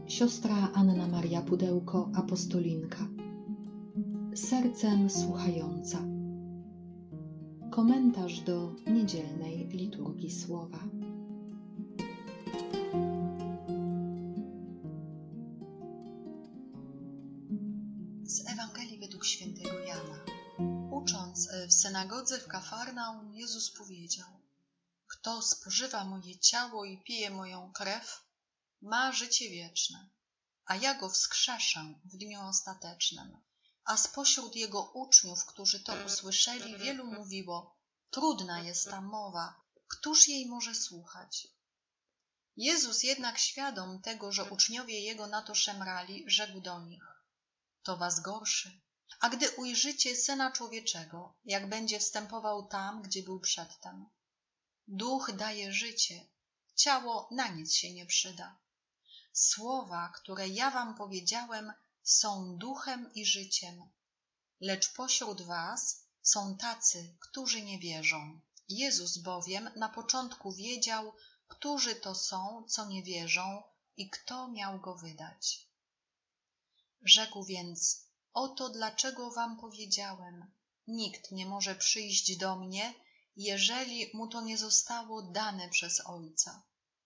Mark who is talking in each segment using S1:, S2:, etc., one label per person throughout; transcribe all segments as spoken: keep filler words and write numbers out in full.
S1: Siostra Anna Maria Pudełko, apostolinka. Sercem słuchająca. Komentarz do niedzielnej liturgii słowa.
S2: Z Ewangelii według świętego Jana. Ucząc w synagodze w Kafarnaum, Jezus powiedział: Kto spożywa moje ciało i pije moją krew, ma życie wieczne, a ja go wskrzeszę w dniu ostatecznym. A spośród jego uczniów, którzy to usłyszeli, wielu mówiło: trudna jest ta mowa, któż jej może słuchać? Jezus jednak, świadom tego, że uczniowie jego na to szemrali, rzekł do nich: to was gorszy. A gdy ujrzycie Syna Człowieczego, jak będzie wstępował tam, gdzie był przedtem. Duch daje życie, ciało na nic się nie przyda. Słowa, które ja wam powiedziałem, są duchem i życiem. Lecz pośród was są tacy, którzy nie wierzą. Jezus bowiem na początku wiedział, którzy to są, co nie wierzą i kto miał go wydać. Rzekł więc: oto dlaczego wam powiedziałem, nikt nie może przyjść do mnie, jeżeli mu to nie zostało dane przez Ojca.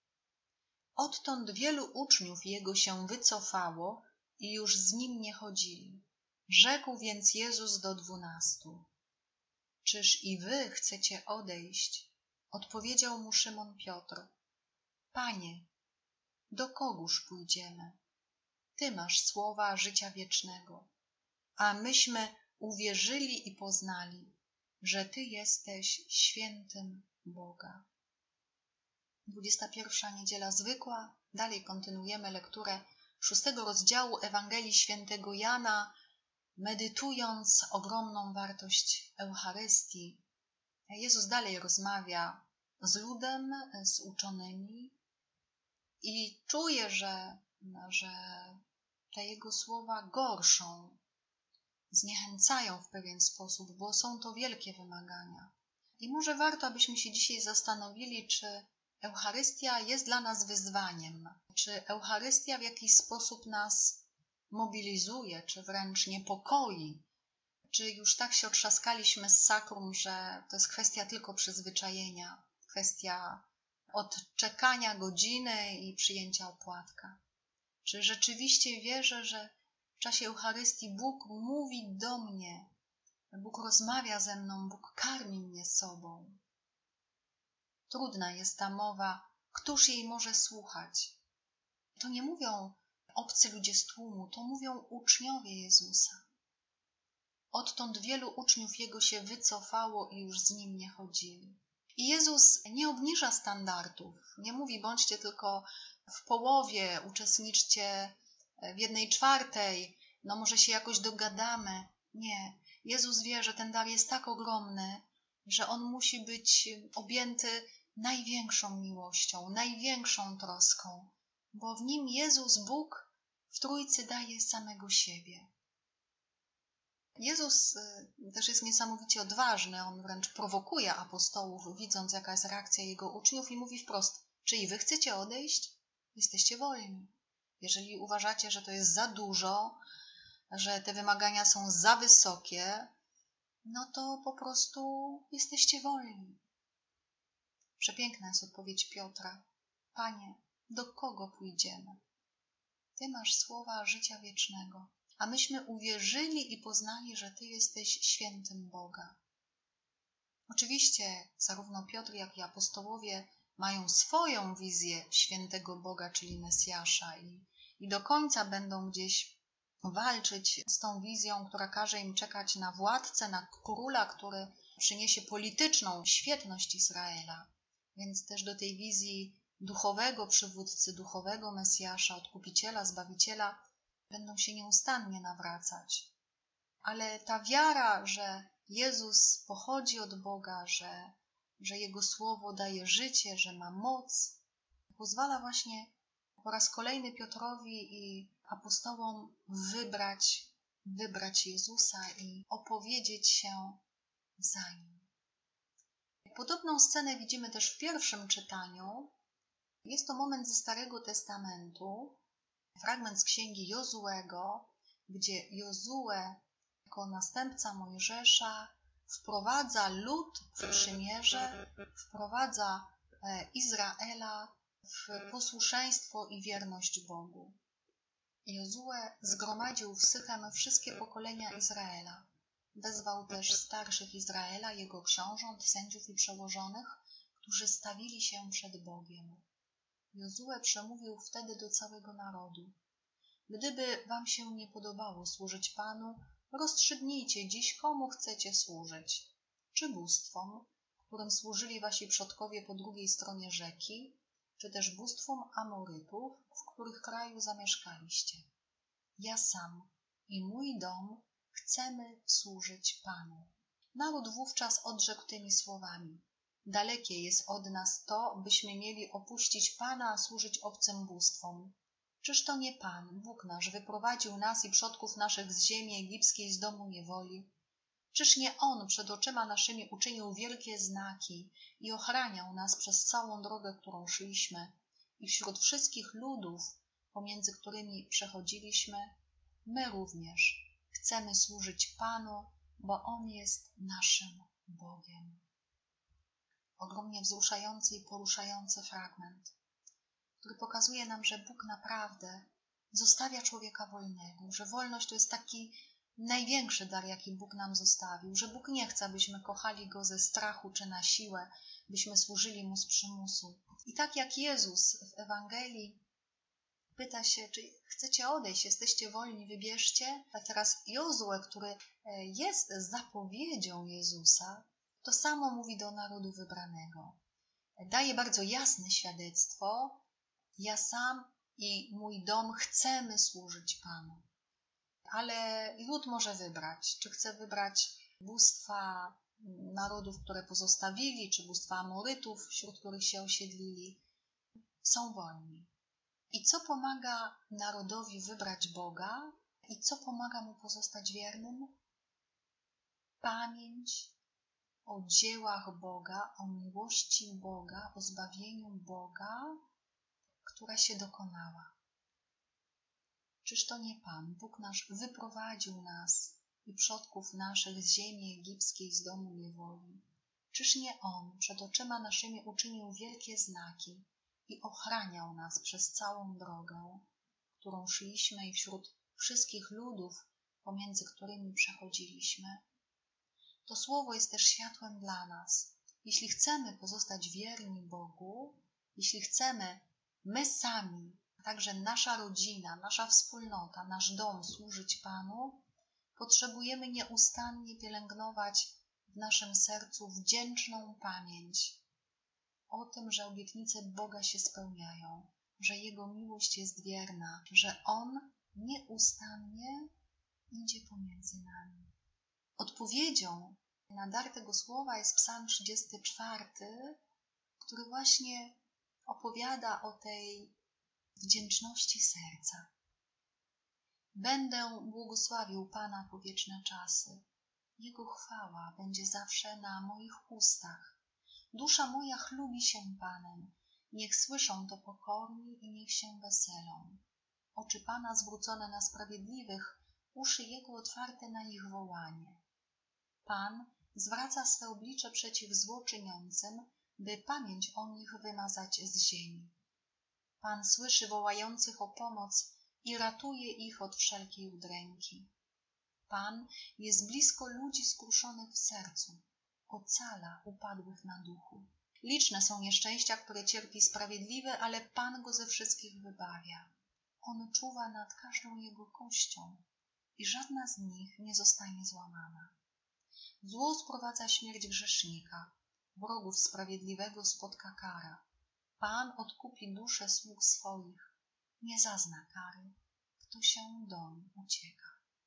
S2: Odtąd wielu uczniów jego się wycofało i już z nim nie chodzili. Rzekł więc Jezus do dwunastu: czyż i wy chcecie odejść? Odpowiedział mu Szymon Piotr: Panie, do kogóż pójdziemy? Ty masz słowa życia wiecznego, a myśmy uwierzyli i poznali, że Ty jesteś świętym Boga. dwudziesta pierwsza niedziela zwykła. Dalej kontynuujemy lekturę szóstego rozdziału Ewangelii świętego Jana, medytując ogromną wartość Eucharystii. Jezus dalej rozmawia z ludem, z uczonymi i czuje, że, że te Jego słowa gorszą, zniechęcają w pewien sposób, bo są to wielkie wymagania. I może warto, abyśmy się dzisiaj zastanowili, czy Eucharystia jest dla nas wyzwaniem, czy Eucharystia w jakiś sposób nas mobilizuje, czy wręcz niepokoi, czy już tak się otrzaskaliśmy z sakrum, że to jest kwestia tylko przyzwyczajenia, kwestia odczekania godziny i przyjęcia opłatka. Czy rzeczywiście wierzę, że w czasie Eucharystii Bóg mówi do mnie, Bóg rozmawia ze mną, Bóg karmi mnie sobą. Trudna jest ta mowa, któż jej może słuchać? To nie mówią obcy ludzie z tłumu, to mówią uczniowie Jezusa. Odtąd wielu uczniów Jego się wycofało i już z Nim nie chodzili. I Jezus nie obniża standardów, nie mówi bądźcie tylko w połowie, uczestniczcie w jednej czwartej, no może się jakoś dogadamy. Nie. Jezus wie, że ten dar jest tak ogromny, że on musi być objęty największą miłością, największą troską, bo w nim Jezus, Bóg, w Trójcy daje samego siebie. Jezus też jest niesamowicie odważny, on wręcz prowokuje apostołów, widząc jaka jest reakcja jego uczniów i mówi wprost: czy i wy chcecie odejść? Jesteście wolni. Jeżeli uważacie, że to jest za dużo, że te wymagania są za wysokie, no to po prostu jesteście wolni. Przepiękna jest odpowiedź Piotra: Panie, do kogo pójdziemy? Ty masz słowa życia wiecznego, a myśmy uwierzyli i poznali, że Ty jesteś świętym Boga. Oczywiście zarówno Piotr, jak i apostołowie mają swoją wizję świętego Boga, czyli Mesjasza i, i do końca będą gdzieś walczyć z tą wizją, która każe im czekać na władcę, na króla, który przyniesie polityczną świetność Izraela. Więc też do tej wizji duchowego przywódcy, duchowego Mesjasza, Odkupiciela, Zbawiciela będą się nieustannie nawracać. Ale ta wiara, że Jezus pochodzi od Boga, że, że Jego Słowo daje życie, że ma moc, pozwala właśnie po raz kolejny Piotrowi i apostołom wybrać, wybrać Jezusa i opowiedzieć się za Nim. Podobną scenę widzimy też w pierwszym czytaniu. Jest to moment ze Starego Testamentu. fragment z księgi Jozuego, gdzie Jozue jako następca Mojżesza wprowadza lud w przymierze, wprowadza Izraela w posłuszeństwo i wierność Bogu. Jozue zgromadził w Sychem wszystkie pokolenia Izraela. Wezwał też starszych Izraela, jego książąt, sędziów i przełożonych, którzy stawili się przed Bogiem. Jozue przemówił wtedy do całego narodu. Gdyby wam się nie podobało służyć Panu, rozstrzygnijcie dziś, komu chcecie służyć. Czy bóstwom, którym służyli wasi przodkowie po drugiej stronie rzeki, czy też bóstwom Amorytów, w których kraju zamieszkaliście. Ja sam i mój dom chcemy służyć Panu. Naród wówczas odrzekł tymi słowami. Dalekie jest od nas to, byśmy mieli opuścić Pana, a służyć obcym bóstwom. Czyż to nie Pan, Bóg nasz, wyprowadził nas i przodków naszych z ziemi egipskiej, z domu niewoli? Czyż nie On przed oczyma naszymi uczynił wielkie znaki i ochraniał nas przez całą drogę, którą szliśmy, i wśród wszystkich ludów, pomiędzy którymi przechodziliśmy, my również chcemy służyć Panu, bo On jest naszym Bogiem. Ogromnie wzruszający i poruszający fragment, który pokazuje nam, że Bóg naprawdę zostawia człowieka wolnego, że wolność to jest taki największy dar, jaki Bóg nam zostawił, że Bóg nie chce, abyśmy kochali Go ze strachu czy na siłę, byśmy służyli Mu z przymusu. I tak jak Jezus w Ewangelii pyta się, czy chcecie odejść, jesteście wolni, wybierzcie. A teraz Jozue, który jest zapowiedzią Jezusa, to samo mówi do narodu wybranego. Daje bardzo jasne świadectwo. Ja sam i mój dom chcemy służyć Panu. Ale lud może wybrać, czy chce wybrać bóstwa narodów, które pozostawili, czy bóstwa Amorytów, wśród których się osiedlili. Są wolni. I co pomaga narodowi wybrać Boga i co pomaga mu pozostać wiernym? Pamięć o dziełach Boga, o miłości Boga, o zbawieniu Boga, która się dokonała. Czyż to nie Pan, Bóg nasz, wyprowadził nas i przodków naszych z ziemi egipskiej, z domu niewoli? Czyż nie On przed oczyma naszymi uczynił wielkie znaki i ochraniał nas przez całą drogę, którą szliśmy i wśród wszystkich ludów, pomiędzy którymi przechodziliśmy? To słowo jest też światłem dla nas. Jeśli chcemy pozostać wierni Bogu, jeśli chcemy my sami, a także nasza rodzina, nasza wspólnota, nasz dom służyć Panu, potrzebujemy nieustannie pielęgnować w naszym sercu wdzięczną pamięć o tym, że obietnice Boga się spełniają, że Jego miłość jest wierna, że On nieustannie idzie pomiędzy nami. Odpowiedzią na dar tego słowa jest Psalm trzydziesty czwarty, który właśnie opowiada o tej wdzięczności serca. Będę błogosławił Pana po wieczne czasy. Jego chwała będzie zawsze na moich ustach. Dusza moja chlubi się Panem. Niech słyszą to pokorni i niech się weselą. Oczy Pana zwrócone na sprawiedliwych, uszy Jego otwarte na ich wołanie. Pan zwraca swe oblicze przeciw złoczyniącym, by pamięć o nich wymazać z ziemi. Pan słyszy wołających o pomoc i ratuje ich od wszelkiej udręki. Pan jest blisko ludzi skruszonych w sercu, ocala upadłych na duchu. Liczne są nieszczęścia, które cierpi sprawiedliwy, ale Pan go ze wszystkich wybawia. On czuwa nad każdą jego kością i żadna z nich nie zostanie złamana. Zło sprowadza śmierć grzesznika, wrogów sprawiedliwego spotka kara. Pan odkupi duszę sług swoich, nie zazna kary, kto się doń ucieka.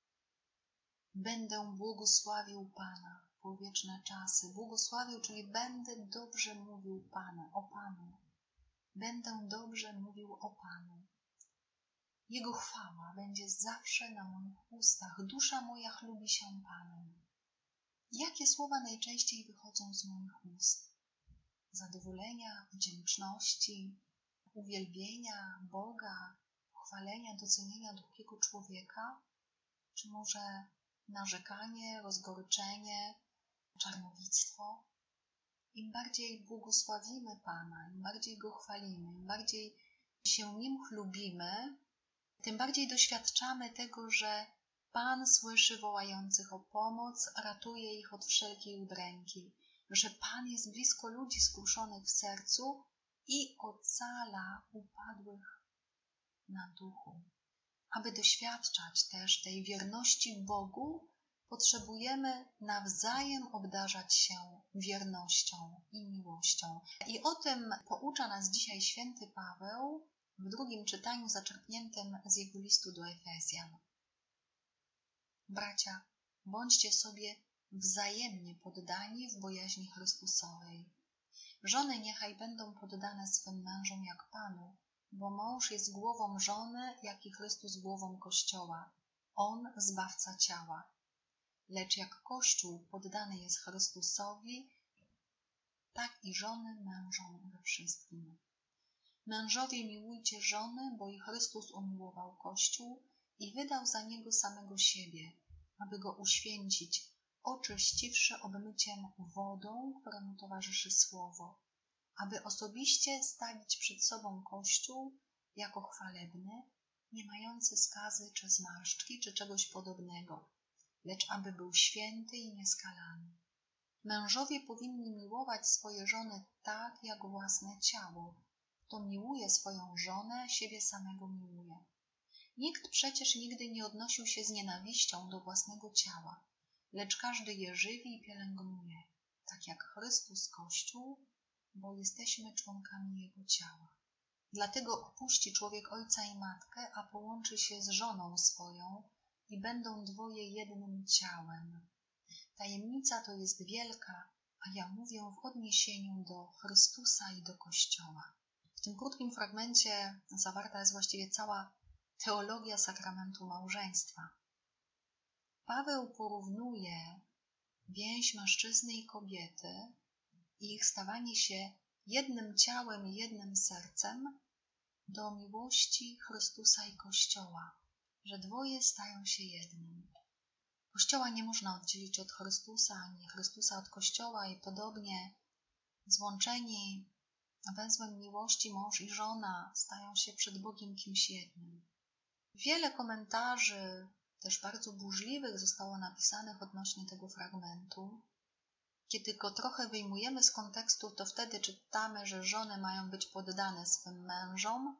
S2: Będę błogosławił Pana po wieczne czasy. Błogosławił, czyli będę dobrze mówił Pana, o Panu. Będę dobrze mówił o Panu. Jego chwała będzie zawsze na moich ustach. Dusza moja chlubi się Panem. Jakie słowa najczęściej wychodzą z moich ust? Zadowolenia, wdzięczności, uwielbienia Boga, pochwalenia, docenienia drugiego człowieka, czy może narzekanie, rozgoryczenie, czarnowictwo. Im bardziej błogosławimy Pana, im bardziej Go chwalimy, im bardziej się Nim chlubimy, tym bardziej doświadczamy tego, że Pan słyszy wołających o pomoc, ratuje ich od wszelkiej udręki, że Pan jest blisko ludzi skruszonych w sercu i ocala upadłych na duchu. Aby doświadczać też tej wierności Bogu, potrzebujemy nawzajem obdarzać się wiernością i miłością. I o tym poucza nas dzisiaj święty Paweł w drugim czytaniu zaczerpniętym z jego listu do Efezjan. Bracia, bądźcie sobie wzajemnie poddani w bojaźni Chrystusowej. Żony niechaj będą poddane swym mężom jak Panu, bo mąż jest głową żony, jak i Chrystus głową Kościoła. On zbawca ciała. Lecz jak Kościół poddany jest Chrystusowi, tak i żony mężom we wszystkim. Mężowie, miłujcie żony, bo i Chrystus umiłował Kościół i wydał za niego samego siebie, aby go uświęcić, oczyściwszy obmyciem wodą, któremu towarzyszy słowo, aby osobiście stawić przed sobą Kościół jako chwalebny, nie mający skazy czy zmarszczki, czy czegoś podobnego, lecz aby był święty i nieskalany. Mężowie powinni miłować swoje żony tak, jak własne ciało. Kto miłuje swoją żonę, siebie samego miłuje. Nikt przecież nigdy nie odnosił się z nienawiścią do własnego ciała, lecz każdy je żywi i pielęgnuje, tak jak Chrystus Kościół, bo jesteśmy członkami Jego ciała. Dlatego opuści człowiek ojca i matkę, a połączy się z żoną swoją i będą dwoje jednym ciałem. Tajemnica to jest wielka, a ja mówię w odniesieniu do Chrystusa i do Kościoła. W tym krótkim fragmencie zawarta jest właściwie cała teologia sakramentu małżeństwa. Paweł porównuje więź mężczyzny i kobiety i ich stawanie się jednym ciałem i jednym sercem do miłości Chrystusa i Kościoła, że dwoje stają się jednym. Kościoła nie można oddzielić od Chrystusa, ani Chrystusa od Kościoła i podobnie złączeni węzłem miłości mąż i żona stają się przed Bogiem kimś jednym. Wiele komentarzy, też bardzo burzliwych, zostało napisanych odnośnie tego fragmentu. Kiedy go trochę wyjmujemy z kontekstu, to wtedy czytamy, że żony mają być poddane swym mężom.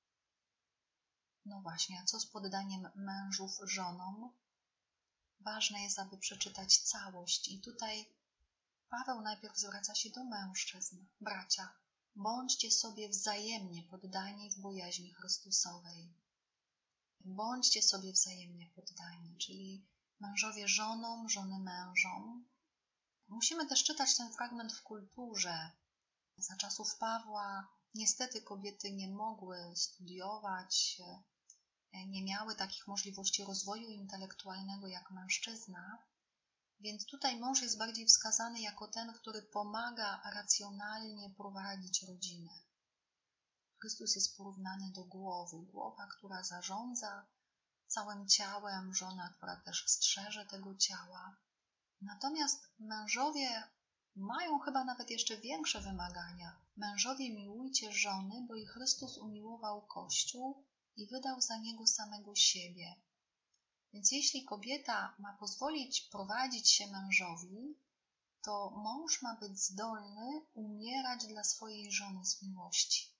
S2: No właśnie, a co z poddaniem mężów żonom? Ważne jest, aby przeczytać całość. I tutaj Paweł najpierw zwraca się do mężczyzn. Bracia, bądźcie sobie wzajemnie poddani w bojaźni Chrystusowej. Bądźcie sobie wzajemnie poddani, czyli mężowie żonom, żony mężom. Musimy też czytać ten fragment w kulturze. Za czasów Pawła niestety kobiety nie mogły studiować, nie miały takich możliwości rozwoju intelektualnego jak mężczyzna, więc tutaj mąż jest bardziej wskazany jako ten, który pomaga racjonalnie prowadzić rodzinę. Chrystus jest porównany do głowy, głowa, która zarządza całym ciałem, żona, która też strzeże tego ciała. Natomiast mężowie mają chyba nawet jeszcze większe wymagania. Mężowie, miłujcie żony, bo i Chrystus umiłował Kościół i wydał za niego samego siebie. Więc jeśli kobieta ma pozwolić prowadzić się mężowi, to mąż ma być zdolny umierać dla swojej żony z miłości.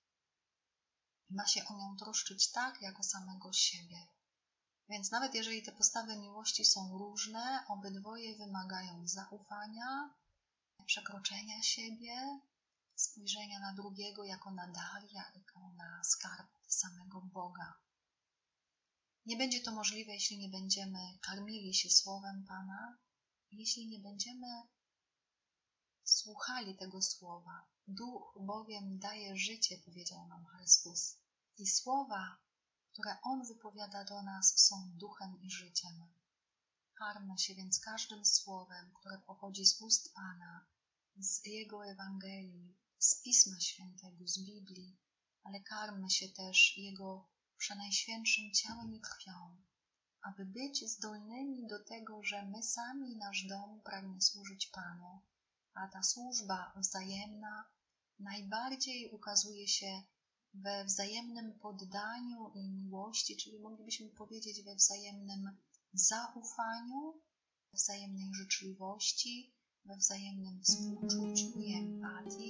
S2: Ma się o nią troszczyć tak, jak o samego siebie. Więc nawet jeżeli te postawy miłości są różne, obydwoje wymagają zaufania, przekroczenia siebie, spojrzenia na drugiego jako na dar, jako na skarb samego Boga. Nie będzie to możliwe, jeśli nie będziemy karmili się Słowem Pana, jeśli nie będziemy słuchali tego Słowa. Duch bowiem daje życie, powiedział nam Chrystus. I słowa, które On wypowiada do nas, są duchem i życiem. Karmmy się więc każdym słowem, które pochodzi z ust Pana, z Jego Ewangelii, z Pisma Świętego, z Biblii, ale karmmy się też Jego przenajświętszym ciałem i krwią, aby być zdolnymi do tego, że my sami i nasz dom pragnie służyć Panu, a ta służba wzajemna najbardziej ukazuje się we wzajemnym poddaniu i miłości, czyli moglibyśmy powiedzieć we wzajemnym zaufaniu, wzajemnej życzliwości, we wzajemnym współczuciu i empatii,